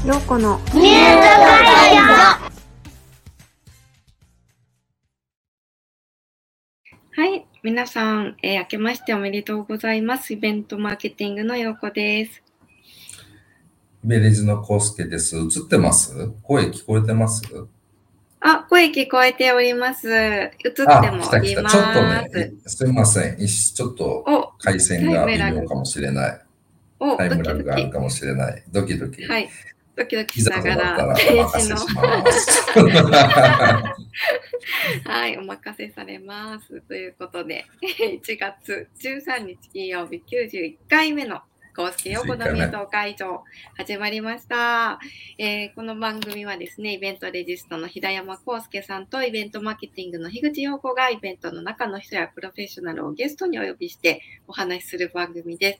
陽子のミュートガイド。 はい、皆さん、明けましておめでとうございます。イベントマーケティングの陽子です。 ベレーズのコウスケです。映ってます？声聞こえてます？ 声聞こえております。映ってもいます。 ちょっとね、すみません。ちょっと回線が微妙かもしれない。タイムラグがあるかもしれない。ドキドキ。 はい。ドキドキいざとしながらなったらお任せします。 はい、お任せされます。ということで、1月13日金曜日91回目のコウスケ陽子のミュート会場始まりました。この番組はですね、イベントレジストの平山康介さんとイベントマーケティングの樋口陽子がイベントの中の人やプロフェッショナルをゲストにお呼びしてお話しする番組です。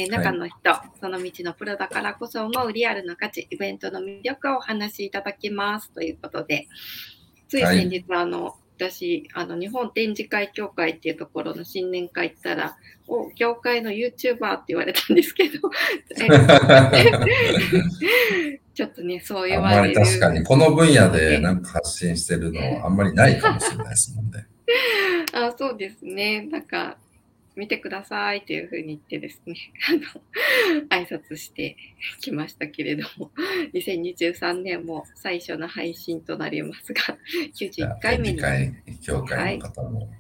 中の人、その道のプロだからこそ思うリアルな価値、イベントの魅力をお話しいただきますということで、つい先日、私、日本展示会協会っていうところの新年会行ったら、業界の YouTuber って言われたんですけど、ちょっとね、そう言われる。 あんまり確かに、この分野でなんか発信してるのはあんまりないかもしれないですもんね。 そうですね。なんか、見てくださいっていうふうに言ってですね、挨拶してきましたけれども、2023年も最初の配信となりますが、91回目に。 展示会協会の方も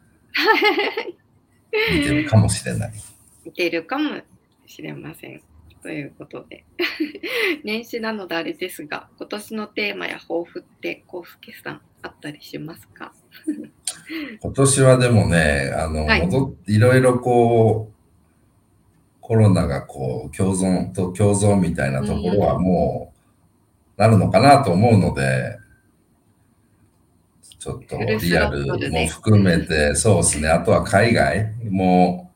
見てるかもしれない。 見てるかもしれません。ということで、年始なのであれですが、今年のテーマや抱負ってコウスケさんあったりしますか？ 今年はでもね、いろいろこう、コロナがこう、共存みたいなところはもう、なるのかなと思うので、ちょっとリアルも含めて、そうですね、あとは海外も、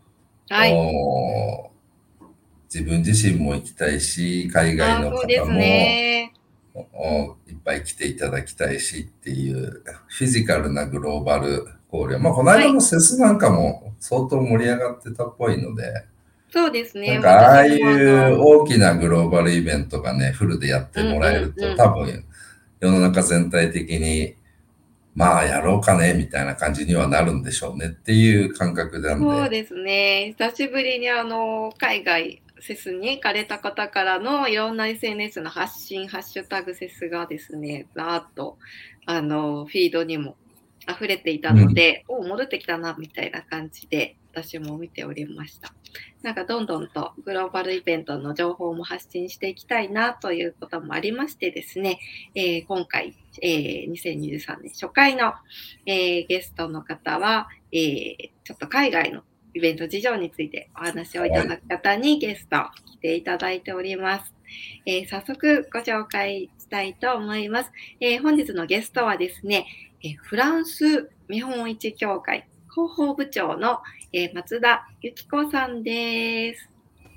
自分自身も行きたいし、海外の方もいっぱい来ていただきたいしっていう、フィジカルなグローバル交流。この間のセスなんかも相当盛り上がってたっぽいので、 そうですね。 なんかああいう大きなグローバルイベントがね、フルでやってもらえると、多分世の中全体的にやろうかねみたいな感じにはなるんでしょうねっていう感覚なんで。 そうですね。久しぶりに海外セスに行かれた方からのいろんな SNS の発信、ハッシュタグセスがですね、ざーっとフィードにも溢れていたので、戻ってきたなみたいな感じで私も見ておりました。なんかどんどんとグローバルイベントの情報も発信していきたいなということもありましてですね、今回、2023年初回の、ゲストの方は、ちょっと海外のイベント事情についてお話をいただく方にゲスト来ていただいております。早速ご紹介したいと思います。本日のゲストはですね、フランス見本市協会広報部長の、松田由紀子さんです。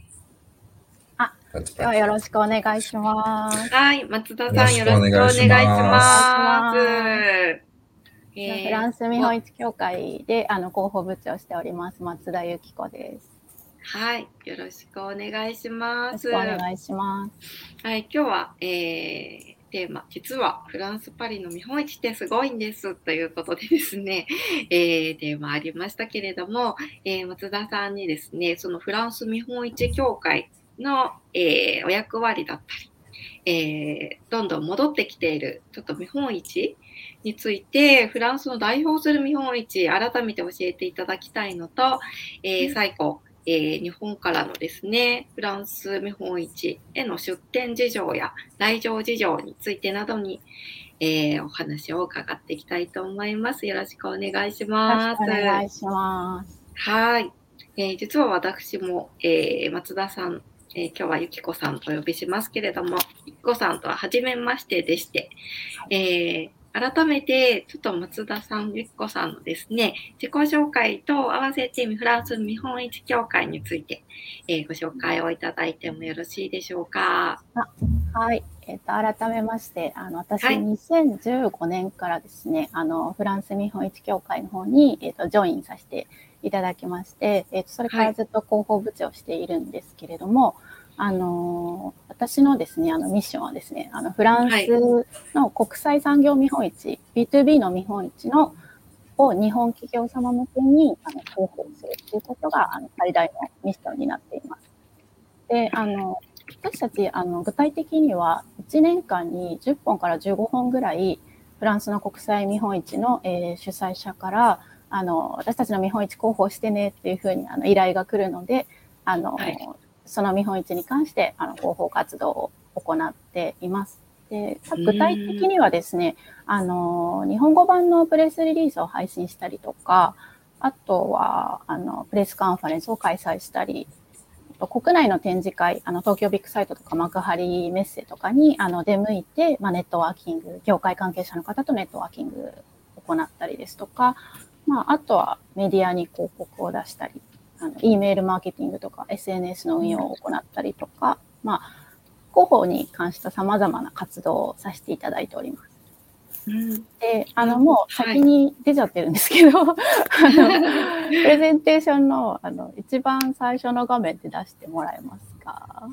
ではよろしくお願いします。 はい、松田さんよろしくお願いします。 フランス見本市協会で広報部長をしております松田由紀子です。 はい、よろしくお願いします。 よろしくお願いします。 はい、今日は、テーマ、実はフランス・パリの見本市ってすごいんですということでですね、テーマありましたけれども、松田さんにですね、そのフランス見本市協会の、お役割だったり、どんどん戻ってきているちょっと見本市についてフランスの代表する見本市改めて教えていただきたいのと、最後、日本からのですね、フランス見本市への出展事情や来場事情についてなどに、お話を伺っていきたいと思います。よろしくお願いします。 よろしくお願いします。 はい。実は私も、松田さん、今日はゆきこさんとお呼びしますけれども、ゆきこさんとは初めましてでして、改めてちょっと松田さん、ゆきこさんのですね、自己紹介と合わせてフランス見本市協会について、ご紹介をいただいてもよろしいでしょうか。 はい。改めまして、私、2015年からですね、フランス見本市協会の方に、ジョインさせていただきまして、それからずっと広報部長をしているんですけれども、 私のですね、ミッションはですね、フランスの国際産業見本市、B2B の見本市を日本企業様向けに広報するということが最大のミッションになっています。で、私たち具体的には1年間に10本から15本ぐらいフランスの国際見本市の、主催者から私たちの見本市広報してねっていうふうに依頼が来るのでその見本市に関して広報活動を行っています。で具体的にはですね日本語版のプレスリリースを配信したりとか、あとはプレスカンファレンスを開催したり、国内の展示会東京ビッグサイトとか幕張メッセとかに出向いて、ネットワーキング、業界関係者の方とネットワーキングを行ったりですとか、あとはメディアに広告を出したり、E メールマーケティングとか SNS の運用を行ったりとか、広報に関した様々な活動をさせていただいております。でもう先に出ちゃってるんですけどプレゼンテーションの一番最初の画面で出してもらえますか？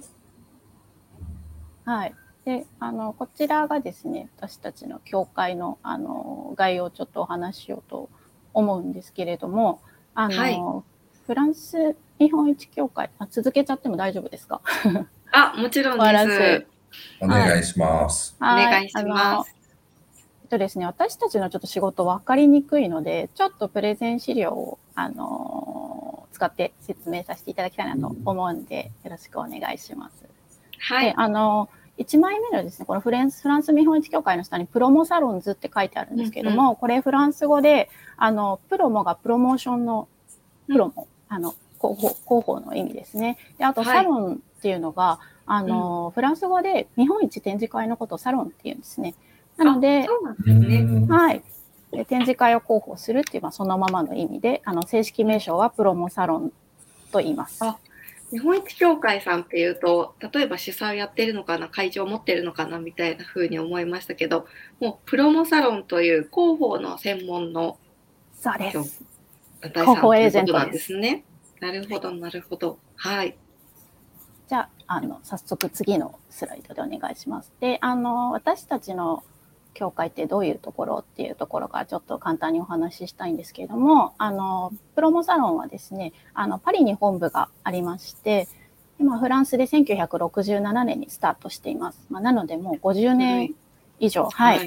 はい。でこちらがですね、私たちの協会の概要をちょっとお話ししようと思うんですけれども、フランス見本市協会、続けちゃっても大丈夫ですか？ もちろんです。 お願いします。 お願いします。 ですね、私たちのちょっと仕事分かりにくいので、ちょっとプレゼン資料を、使って説明させていただきたいなと思うんで、よろしくお願いします。 はい。 で1枚目のですね、このフランス見本市協会の下にプロモサロンズって書いてあるんですけども、これフランス語で、プロモがプロモーションのプロモ、広報の意味ですね。で、あとサロンっていうのが、フランス語で見本市展示会のことをサロンっていうんですね。なので、はい。で展示会を広報するっていう、そのままの意味で、正式名称はプロモサロンと言います。 日本一協会さんっていうと、例えば主催をやってるのかな、会場を持ってるのかなみたいな風に思いましたけど、もうプロモサロンという広報の専門のそうです。 広報エージェントなんですね。なるほど、なるほど。はい。 じゃあ、早速次のスライドでお願いします。で、私たちの協会ってどういうところっていうところからちょっと簡単にお話ししたいんですけれども、プロモサロンはですね、パリに本部がありまして、今フランスで1967年にスタートしています。なのでもう50年以上、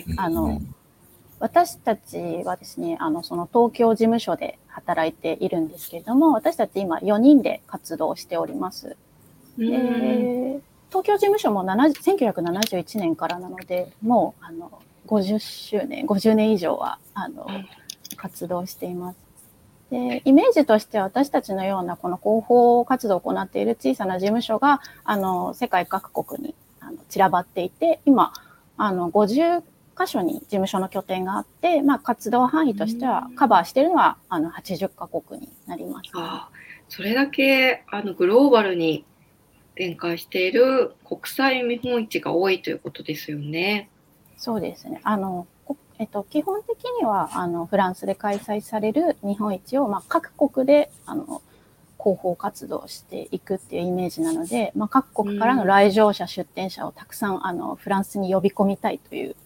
私たちはですね、その東京事務所で働いているんですけれども、私たち今4人で活動しております。東京事務所も1971年からなので、もう50年以上は活動しています。で、イメージとしては私たちのようなこの広報活動を行っている小さな事務所が世界各国に散らばっていて、今50カ所に事務所の拠点があって、活動範囲としてはカバーしているのは80カ国になります、 それだけグローバルに展開している国際見本市が多いということですよね。 そうですね。基本的にはフランスで開催される見本市を、各国で広報活動をしていくっていうイメージなので、各国からの来場者、出展者をたくさんフランスに呼び込みたいという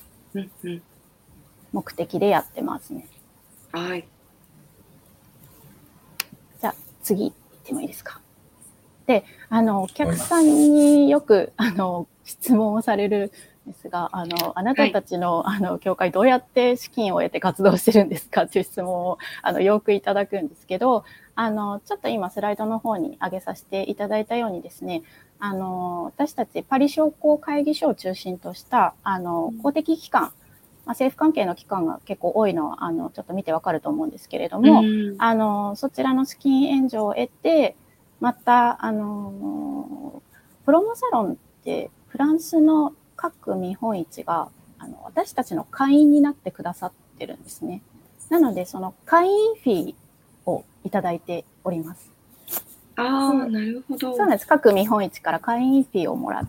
目的でやってますね。 はい。 じゃあ次行ってもいいですか。で、お客さんによく質問をされるんですが、あなたたちの協会どうやって資金を得て活動してるんですかっていう質問をよくいただくんですけど、ちょっと今スライドの方に上げさせていただいたようにですね、私たちパリ商工会議所を中心とした公的機関、政府関係の機関が結構多いのはちょっと見てわかると思うんですけれども、そちらの資金援助を得て、またプロモサロンってフランスの各見本市が私たちの会員になってくださってるんですね。なのでその会員フィーをいただいております。 なるほど。 そうなんです。各見本市から会員フィーをもらって、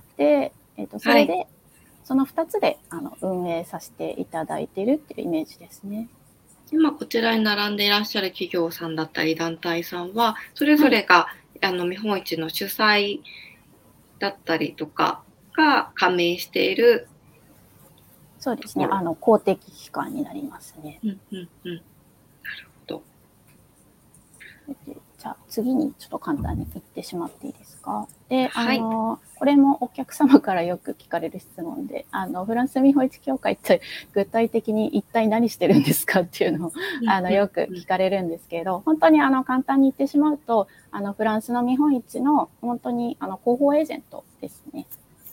それで、その2つで運営させていただいているっていうイメージですね。 今こちらに並んでいらっしゃる企業さんだったり団体さんはそれぞれが、見本市の主催だったりとかが加盟している。 そうですね。公的機関になりますね。 なるほど。 じゃあ次にちょっと簡単に言ってしまっていいですか。で、 はい、 これもお客様からよく聞かれる質問で、フランス見本市協会って具体的に一体何してるんですかっていうのをよく聞かれるんですけれど、本当に簡単に言ってしまうと、フランスの見本市の本当に広報エージェントですね。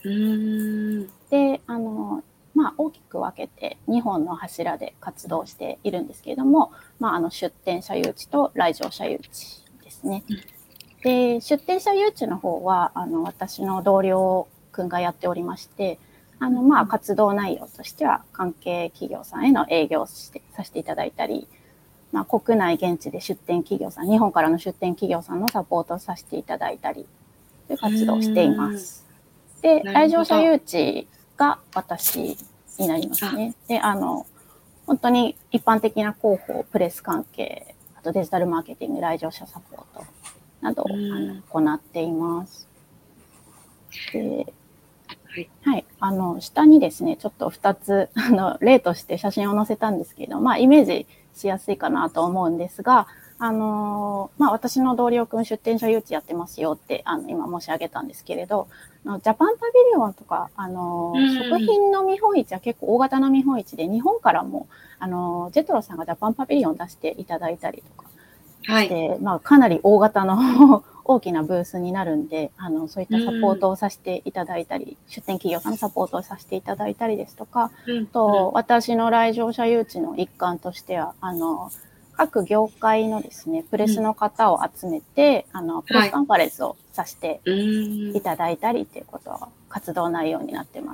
で、大きく分けて2本の柱で活動しているんですけれども、出店者誘致と来場者誘致ですね。で、出店者誘致の方は私の同僚くんがやっておりまして、活動内容としては関係企業さんへの営業をさせていただいたり、国内現地で出店企業さん、日本からの出店企業さんのサポートをさせていただいたりという活動をしています。で、来場者誘致が私になりますね。で、本当に一般的な広報、プレス関係、あとデジタルマーケティング、来場者サポートなどを行っています。で、はい、下にですね、ちょっと2つ例として写真を載せたんですけれど、イメージしやすいかなと思うんですが、私の同僚くん出店者誘致やってますよって今申し上げたんですけれど、ジャパンパビリオンとか食品の見本市は結構大型の見本市で、日本からもジェトロさんがジャパンパビリオン出していただいたりとかして、かなり大型の大きなブースになるんで、そういったサポートをさせていただいたり、出店企業さんのサポートをさせていただいたりですとか、私の来場者誘致の一環としては各業界のですね、プレスの方を集めて、プレスカンファレンスをさせていただいたりということは活動内容になってます。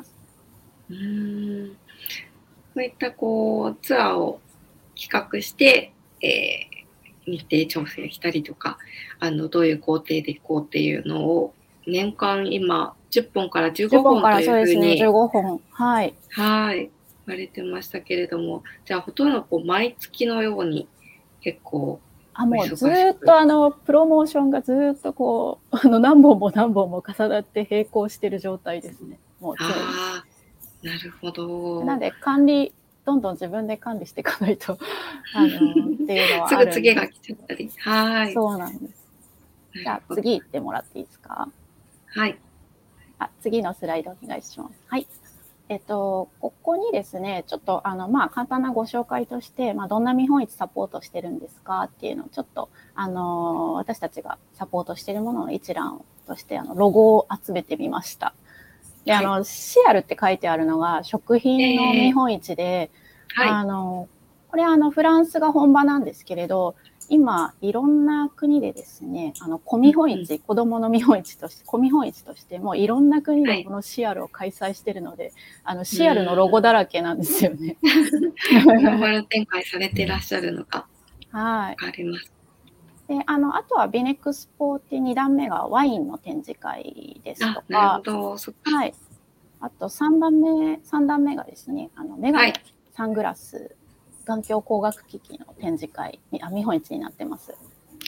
そういったツアーを企画して、日程調整したりとか、どういう工程で行こうっていうのを年間今10本から15本というふうに、 15本、はい、 言われてましたけれども、じゃあほとんど毎月のように結構もうずっとプロモーションがずっと何本も何本も重なって並行している状態ですね。もう常に。 なるほど。 なのでどんどん自分で管理していかないとっていうのはあるんです。 すぐ次が来ちゃったり。はい。 そうなんです。じゃあ次行ってもらっていいですか。 はい。 次のスライドお願いします。はい。ここにですね、ちょっと簡単なご紹介として、どんな見本市サポートしてるんですかっていうのをちょっと私たちがサポートしているものの一覧としてロゴを集めてみました。で、シアルって書いてあるのが食品の見本市で、これフランスが本場なんですけれど、今いろんな国でですね、小見本市、子どもの見本市として、小見本市としてもいろんな国でこのシアルを開催しているので、シアルのロゴだらけなんですよね。 グローバル展開されていらっしゃるのがわかります。 で、あとはビネクスポって2段目がワインの展示会ですとか、 なるほど、 はい。あと3段目がですね、メガネ、サングラス、眼鏡光学機器の展示会、見本市になってます。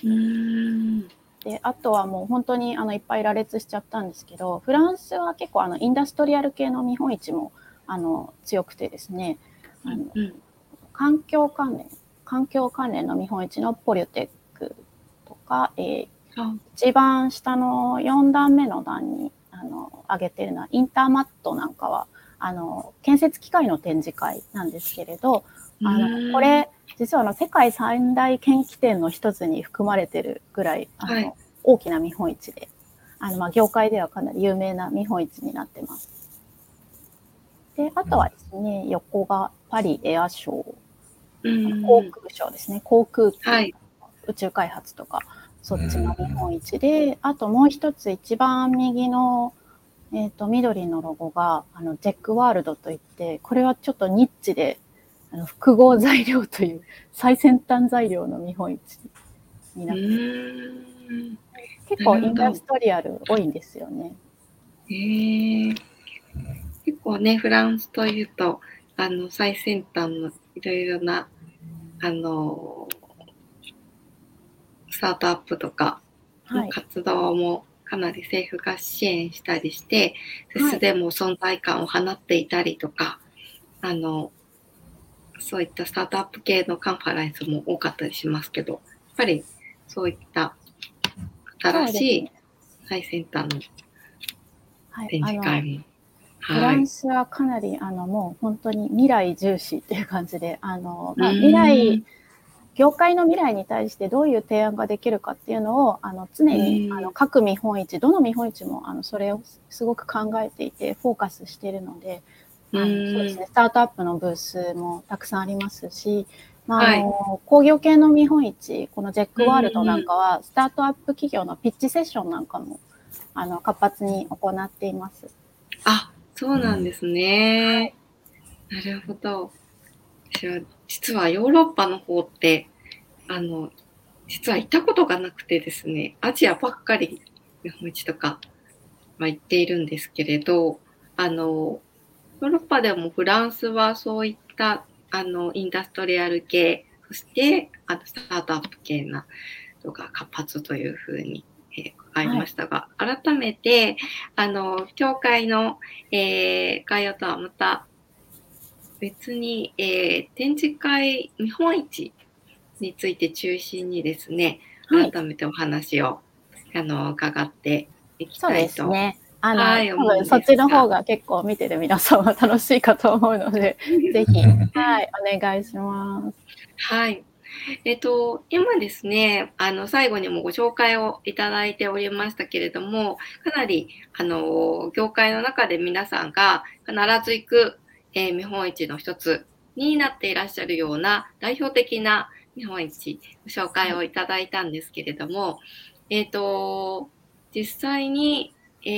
で、あとはもう本当にいっぱい羅列しちゃったんですけど、フランスは結構インダストリアル系の見本市も強くてですね、環境関連の見本市のポリュテックとか、一番下の4段目の段に挙げているのはインターマットなんかは建設機械の展示会なんですけれど、これ実は世界三大建機展の一つに含まれているぐらい大きな見本市で業界ではかなり有名な見本市になってます。で、あとはですね、横がパリエアショー、航空ショーですね、航空機、宇宙開発とかそっちの見本市で、あともう一つ一番右の緑のロゴがジェックワールドといって、これはちょっとニッチで複合材料という最先端材料の見本市になっています。結構インダストリアル多いんですよね。 結構ね、フランスというと最先端のいろいろなスタートアップとかの活動もかなり政府が支援したりして、フェスでも存在感を放っていたりとか、そういったスタートアップ系のカンファレンスも多かったりしますけど、やっぱりそういった新しい最先端の展示会も。 フランスはかなりもう本当に未来重視っていう感じで、未来、業界の未来に対してどういう提案ができるかっていうのを常に各見本市、どの見本市もそれをすごく考えていてフォーカスしているので、そうですね、スタートアップのブースもたくさんありますし、工業系の見本市、このジェックワールドなんかはスタートアップ企業のピッチセッションなんかも活発に行っています。 あ、そうなんですね。なるほど。私は実はヨーロッパの方って実は行ったことがなくてですね、アジアばっかり日本一とか、行っているんですけれど、ヨーロッパでもフランスはそういったインダストリアル系、そしてスタートアップ系なのが活発というふうに伺いましたが、改めて協会の、概要とはまた別に、展示会見本市について中心にですね、改めてお話を伺っていきたいと。そうですね。 多分そっちの方が結構見てる皆さんは楽しいかと思うので、ぜひ、お願いします。 はい。今ですね、最後にもご紹介をいただいておりましたけれども、かなり、業界の中で皆さんが必ず行く、見本市の一つになっていらっしゃるような代表的な見本市、ご紹介をいただいたんですけれども、実際に、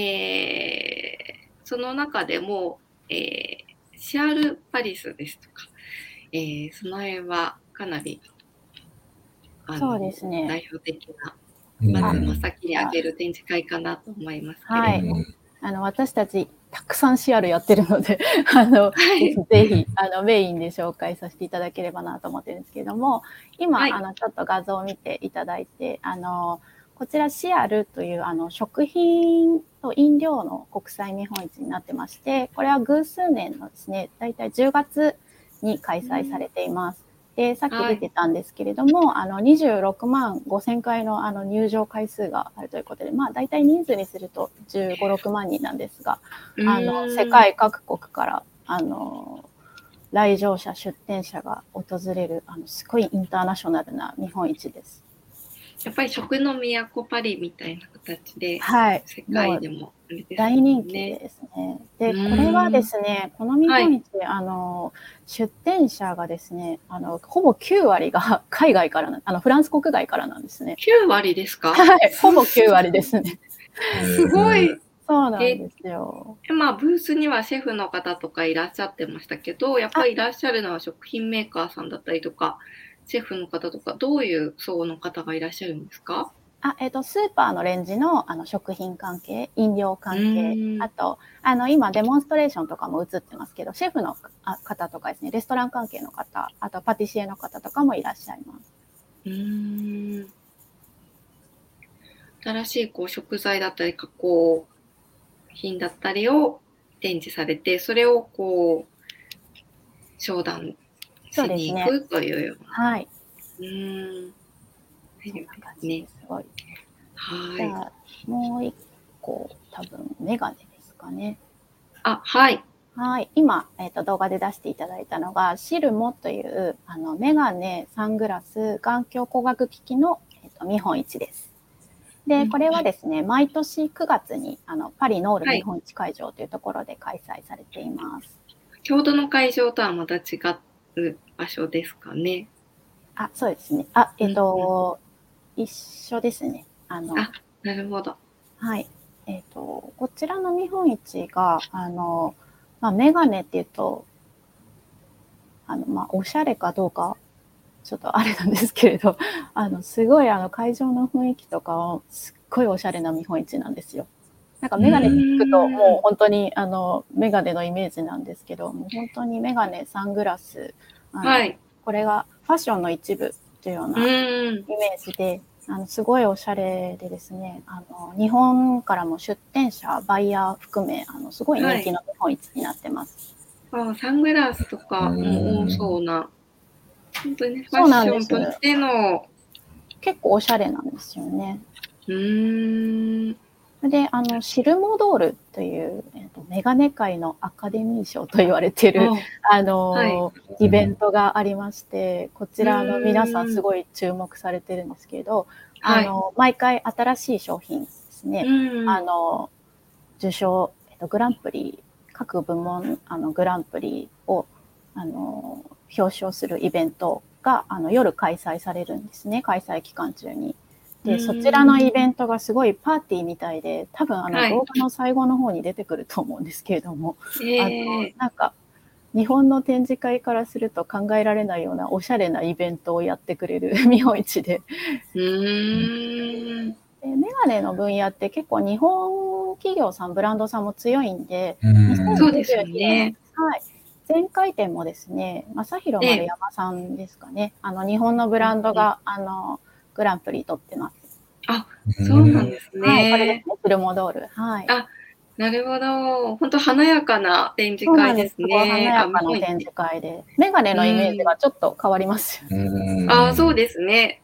その中でも、シアル・パリスですとか、その辺はかなりそうですね、 代表的な、まず真っ先に挙げる展示会かなと思いますけれども。 私たちたくさんシアルやってるのでぜひメインで紹介させていただければなと思ってるんですけれども、今、ちょっと画像を見ていただいてこちらシアルという食品と飲料の国際見本市になってまして、これは偶数年のですね、だいたい10月に開催されています。で、さっき出てたんですけれども、26万5000回の入場回数があるということで、だいたい人数にすると15、6万人なんですが、世界各国から来場者、出展者が訪れるすごいインターナショナルな見本市です。 やっぱり食の都パリみたいな形で、世界でも大人気ですね。で、これはですね、この見本市、出展者がですね、ほぼ9割が海外からフランス国外からなんですね。 9割ですか？ はい、ほぼ9割ですね。 すごい。 そうなんですよ。 ブースにはシェフの方とかいらっしゃってましたけど、やっぱりいらっしゃるのは食品メーカーさんだったりとか、シェフの方とか、どういう層の方がいらっしゃるんですか？ スーパーのレンジの食品関係、飲料関係、あと今デモンストレーションとかも映ってますけど、シェフの方とかですね、レストラン関係の方、あとパティシエの方とかもいらっしゃいます。 新しい食材だったり加工品だったりを展示されて、それを商談しに行くというような。 はい。 すごい。じゃあもう一個多分メガネですかね。 はい。 はい。今、動画で出していただいたのがシルモというメガネ、サングラス、眼鏡光学機器の、見本市です。で、これはですね、毎年9月にパリノール見本市会場というところで開催されています。 先ほどの会場とはまた違う場所ですかね。 そうですね。一緒ですね。 なるほど。 はい。こちらの見本市が、メガネっていうと、おしゃれかどうか、ちょっとあれなんですけれど、すごい会場の雰囲気とかを、すっごいおしゃれな見本市なんですよ。なんかメガネ聞くと、もう本当にメガネのイメージなんですけど、もう本当にメガネ、サングラス、これがファッションの一部というようなイメージで、 すごいおしゃれでですね、日本からも出店者、バイヤー含め、すごい人気の見本市になってます。 サングラスとかも多そうな、本当にファッションとしての。 結構おしゃれなんですよね。で、シルモドールという、メガネ界のアカデミー賞と言われている、イベントがありまして、こちら皆さんすごい注目されてるんですけれど、毎回新しい商品ですね、受賞、グランプリ、各部門グランプリを表彰するイベントが夜開催されるんですね、開催期間中に。で、そちらのイベントがすごいパーティーみたいで、多分動画の最後の方に出てくると思うんですけれども、なんか日本の展示会からすると考えられないようなおしゃれなイベントをやってくれる見本市で。メガネの分野って結構日本企業さん、ブランドさんも強いんで、 そうですよね。 前回展もですね、正弘丸山さんですかね、日本のブランドがグランプリ取ってます。 そうなんですね。 これですね、シルモドール。 なるほど。本当華やかな展示会ですね。 華やかな展示会で、メガネのイメージがちょっと変わりますよね。 そうですね。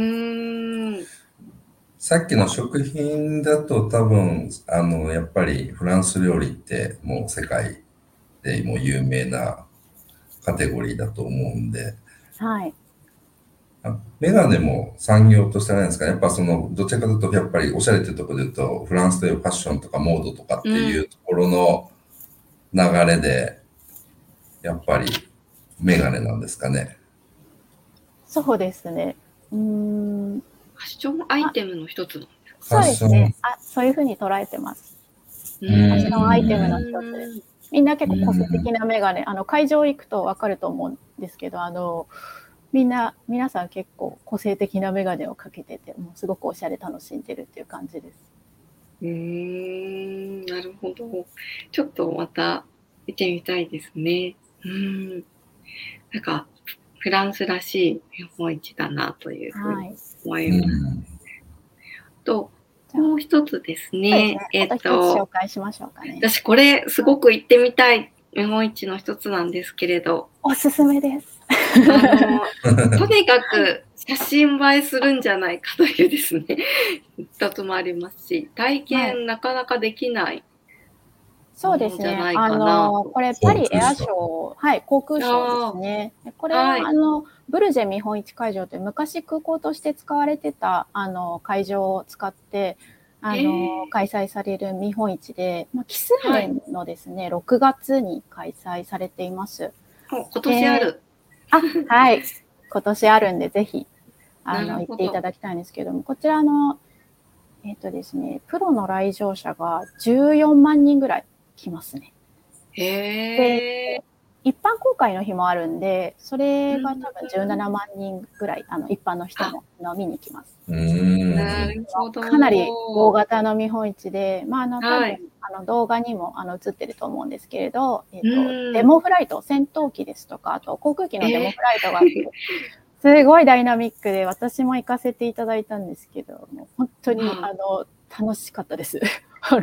さっきの食品だと多分、やっぱりフランス料理ってもう世界でも有名なカテゴリーだと思うんで、メガネも産業としてないんですかね。やっぱどちらかというと、やっぱりおしゃれっていうところで言うと、フランスというファッションとかモードとかっていうところの流れで、やっぱりメガネなんですかね。 そうですね。 ファッションアイテムの一つなんですか？そうですね。そういうふうに捉えてます。ファッションアイテムの一つです。みんな結構個性的なメガネ、会場行くとわかると思うんですけど、皆さん結構個性的なメガネをかけてて、もうすごくおしゃれ楽しんでるっていう感じです。 なるほど。ちょっとまた見てみたいですね。なんかフランスらしい見本市だなというふうに思います。と、もう一つですね。 紹介しましょうかね。 私これすごく行ってみたい見本市の一つなんですけれど。 おすすめです。 とにかく写真映えするんじゃないかというですね、一つもありますし、体験なかなかできない。 そうですね。これパリエアショー、航空ショーですね。これはブルジェ見本市会場という昔空港として使われてた会場を使って開催される見本市で、奇数年のですね、6月に開催されています。 今年ある。 はい。今年あるんで、ぜひ、行っていただきたいんですけども、こちらですね、プロの来場者が14万人ぐらい来ますね。で、一般公開の日もあるんで、それが多分17万人ぐらい、一般の人も見に来ます。かなり大型の見本市で、多分動画にも映ってると思うんですけれど、デモフライト、戦闘機ですとか、あと航空機のデモフライトがあって、すごいダイナミックで、私も行かせていただいたんですけど、もう本当に楽しかったです。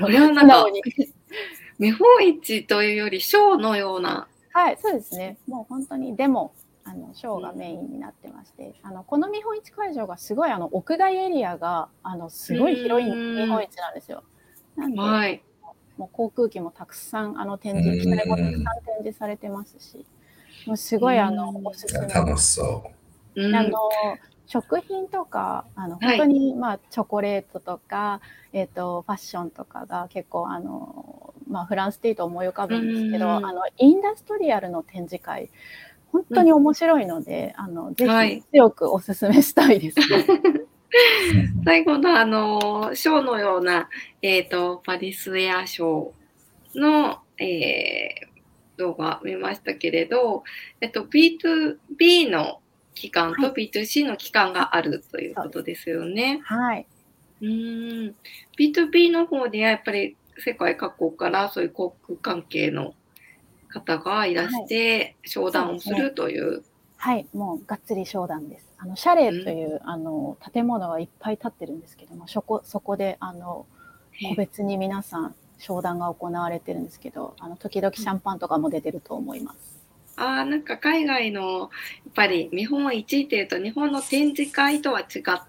見本市というよりショーのような。 そうですね。もう本当にデモ、ショーがメインになってまして、この見本市会場がすごい屋外エリアがすごい広い見本市なんですよ。なんで、もう航空機もたくさん展示、機体もたくさん展示されてますし、もうすごいおすすめ。 楽しそう。 食品とか本当にチョコレートとかファッションとかが結構フランスっていうと思い浮かぶんですけど、インダストリアルの展示会本当に面白いので、ぜひ強くお勧めしたいです、ね。 最後のショーのようなパリスエアショーの動画見ましたけれど、B2B の期間と B2C の期間があるということですよね。B2B の方ではやっぱり世界各国からそういう航空関係の方がいらして商談をするという。 はい、もうがっつり商談です。シャレという、建物がいっぱい建ってるんですけども、そこで、個別に皆さん、商談が行われてるんですけど、時々シャンパンとかも出てると思います。 なんか海外のやっぱり見本市っていうと日本の展示会とは違って、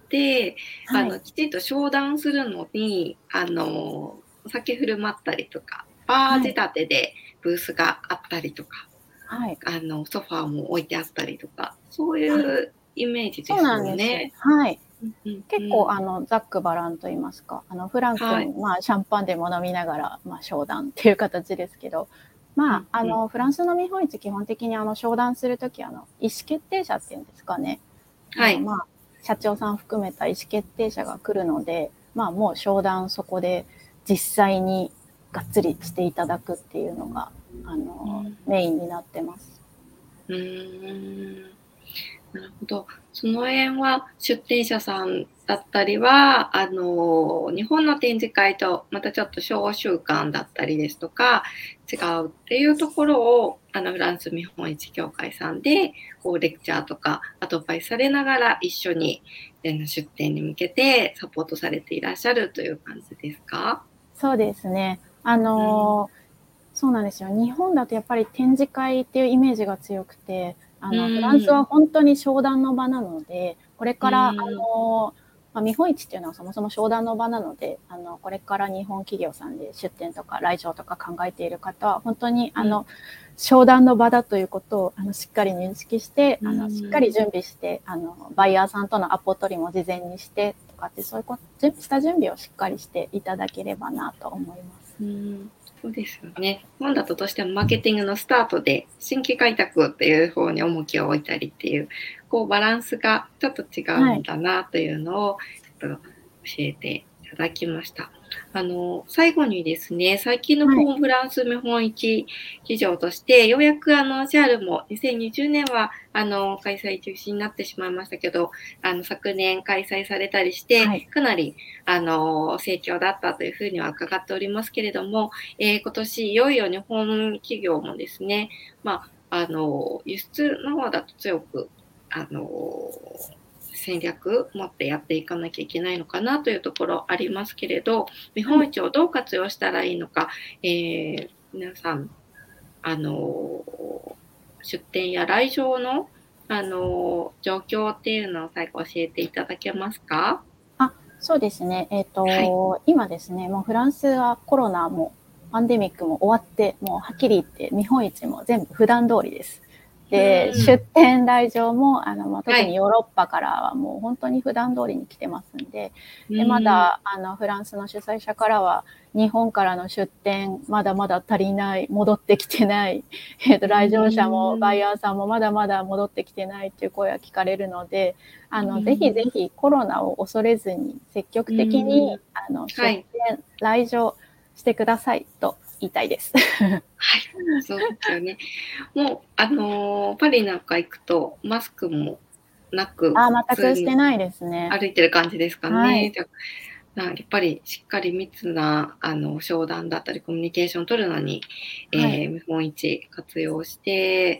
はい、 きちんと商談するのに、お酒振る舞ったりとか、バー仕はい、 立てでブースがあったりとか、 はい、 ソファーも置いてあったりとか、そういはい。 うイメージでそうすなんです。 よね。 はい。 うんうんう結構、 ん。 ざっくばらんと言いますか、フランクはい。 に、まあ、シャンパンでも飲みながら、まあ、商談っていう形ですけど、まあ、 うんうん。 フランスの見本市、基本的に商談するとき、意思決定者っていうんですかね、 はい。 まあ、社長さん含めた意思決定者が来るので、まあ、もう商談そこで実際にがっつりしていただくっていうのが、 うん。 メインになってます。 うーん。なるほど。その辺は出店者さんだったりは、日本の展示会とまたちょっと小習慣だったりですとか、違うっていうところを、フランス見本市協会さんで、こう、レクチャーとかアドバイスされながら一緒に、出展に向けてサポートされていらっしゃるという感じですか？ そうですね。 うん。 そうなんですよ。日本だとやっぱり展示会っていうイメージが強くて、 うフランスーん。 は本当に商談の場なので、これうから、 ーん。 まあ、見本市っていうのはそもそも商談の場なので、これから日本企業さんで出展とか来場とか考えている方は、本当に、 うん。 商談の場だということを、しっかり認識して、 うしっーん。 かり準備して、バイヤーさんとのアポ取りも事前にしてとかって、そういう下準備をしっかりしていただければなと思います。 うん、そうですよね。日本だとどうしてもマーケティングのスタートで、新規開拓っていう方に重きを置いたりっていう、こうバランスがちょっと違うはい。 んだなというのをちょっと教えていただきました。最後にですね、最近のはい。 フランス見本市市場として、ようやくシャールも2020年は開催中止になってしまいましたけど、昨年開催されたりして、 はい。 かなり盛況だったというふうには伺っておりますけれども、今年いよいよ日本企業もですね、輸出の方だと強く、あの、戦略持ってやっていかなきゃいけないのかなというところありますけれど、見はい。 本市をどう活用したらいいのか、皆さん、あの、出店や来場の、状況っていうのを最後教えていただけますか？ そうですね。 はい。 今ですね、もうフランスはコロナもパンデミックも終わって、もうはっきり言って見本市も全部普段通りです。 うで、 ーん。 出店来場も、特にはい。 ヨーロッパからはもう本当に普段通りに来てますんで、 うで、まーん。 だ、フランスの主催者からは、日本からの出店、まだまだ足りない、戻ってきてない、 う来場者もバイーん。 ヤーさんもまだまだ戻ってきてないっていう声が聞かれるので、 うぜひーん。 ぜひコロナを恐れずに積極う的にーん。は出い。 店、来場してくださいと言いたいです。 はい。そうですよね。もう、パリなんか行くと、マスクもなく、 あ、全くして普通にないですね。 歩いてる感じですかね。 はい。 じゃ、やっぱりしっかり密な、商談だったりコミュニケーション取るのに、 はい。 見本市活用して、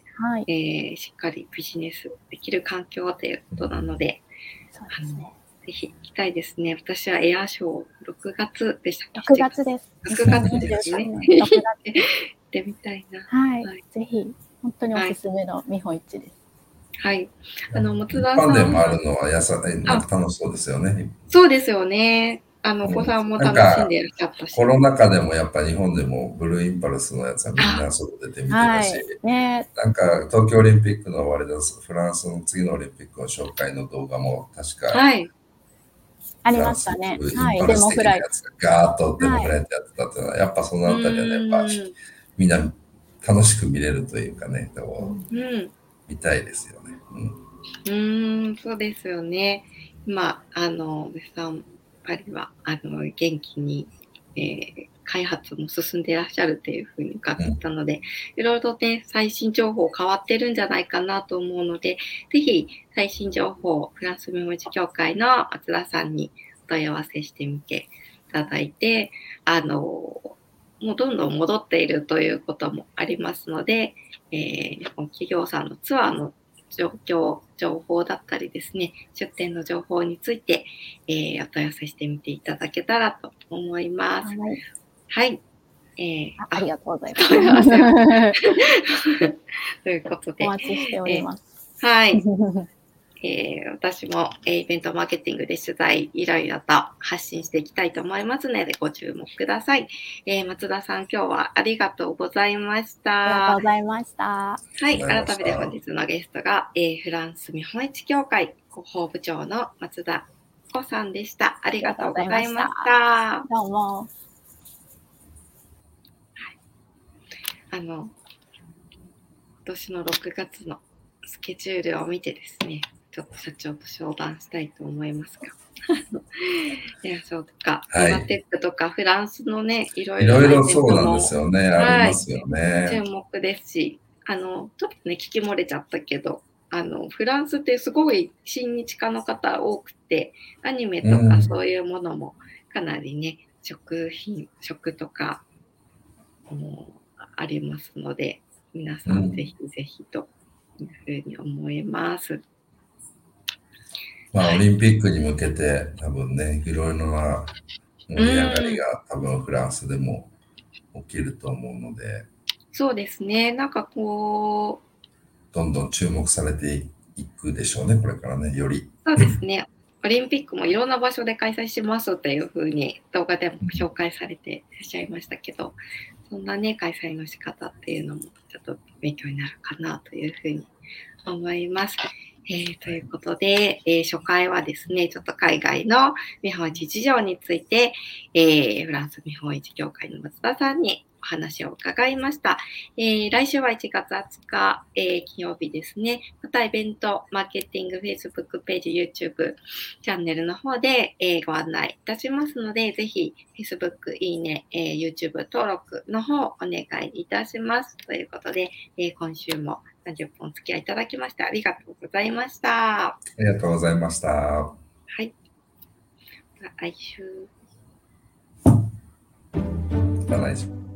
はい。 しっかりビジネスできる環境ということなので、 そうであの、 すね。 ぜひ行きたいですね。私はエアショー6月でしたっけ 6 ？7月。 月です。 6月で 2023 すね。 年6 行月です。 ってみたいな。 はい。 はい。 ぜひ、本当におはい。 すすめの見本市です。 はい。松一田さん、 般でもあるのはなんあ、 か楽しそうですよね。 そうですよね。お子うん、 さんもなんか楽しんでいらっしゃったし。 コロナ禍でもやっぱ日本でもブルーインパルスのやつはみんあ、 な外出て見てたし、 はい。ね、 なんか東京オリンピックの終わりです。フランスの次のオリンピックの紹介の動画も確かはい。 ありフランスましたね。 のブルーインはい。デパルスモフライト。 的なやつがガーッとデモはい。 フライトやってたっていうのは、やっぱそのうあたりはね、やっぱーん。 みんな楽しく見れるというかね、こうん。 う見たいですよね。うん。 そうですよね。今、絶賛パリは、元気に、開発も進んでいらっしゃるっていうふうに伺うんったので、いろいろとね、最新情報変わってるんじゃないかなと思うので、ぜひ最新情報、フランス見本市協会の松田さんにお問い合わせしてみていただいて、もうどんどん戻っているということもありますので、日本企業さんのツアーの情報だったりですね、出店の情報について、お問い合わせしてみていただけたらと思います。はい。 ありがとうございます。 ということで。 お待ちしております。 はい。私もイベントマーケティングで取材いろいろと発信していきたいと思いますのでご注目ください。松田さん、今日はありがとうございました。 ありがとうございました。 はい、改めて本日のゲストが、フランス見本市協会広報部長の松田子さんでした。ありがとうございました。 どうも。 今年の6月のスケジュールを見てですね、ちょっと社長と商談したいと思いますが。いや、そうとか、 はい、 マテックとかフランスのね、いろいろそうなんですよね、ありますよね。 注目ですし、ちょっとね、聞き漏れちゃったけど、フランスってすごい親日家の方多くて、アニメとかそういうものもかなりね、食とかもありますので、皆さんぜひぜひというふうに思います。 オリンピックに向けて多分ね、いろいろな盛り上がりが多分フランスでも起きると思うので、 そうですね、なんかこう、 どんどん注目されていくでしょうね、これからね、より。 そうですね、オリンピックもいろんな場所で開催しますっていうふうに動画でも紹介されていらっしゃいましたけど、そんなね、開催の仕方っていうのもちょっと勉強になるかなというふうに思います。ということで、初回はですね、ちょっと海外の見本市事情について、フランス見本市協会の松田さんにお話を伺いました。来週は1月20日、金曜日ですね。またイベント、マーケティング、Facebook ページ、YouTube チャンネルの方で、ご案内いたしますので、ぜひ Facebook、いいね、YouTube 登録の方お願いいたします。ということで、今週も30分お付き合いいただきましてありがとうございました。 ありがとうございました。はい。来週。 来週。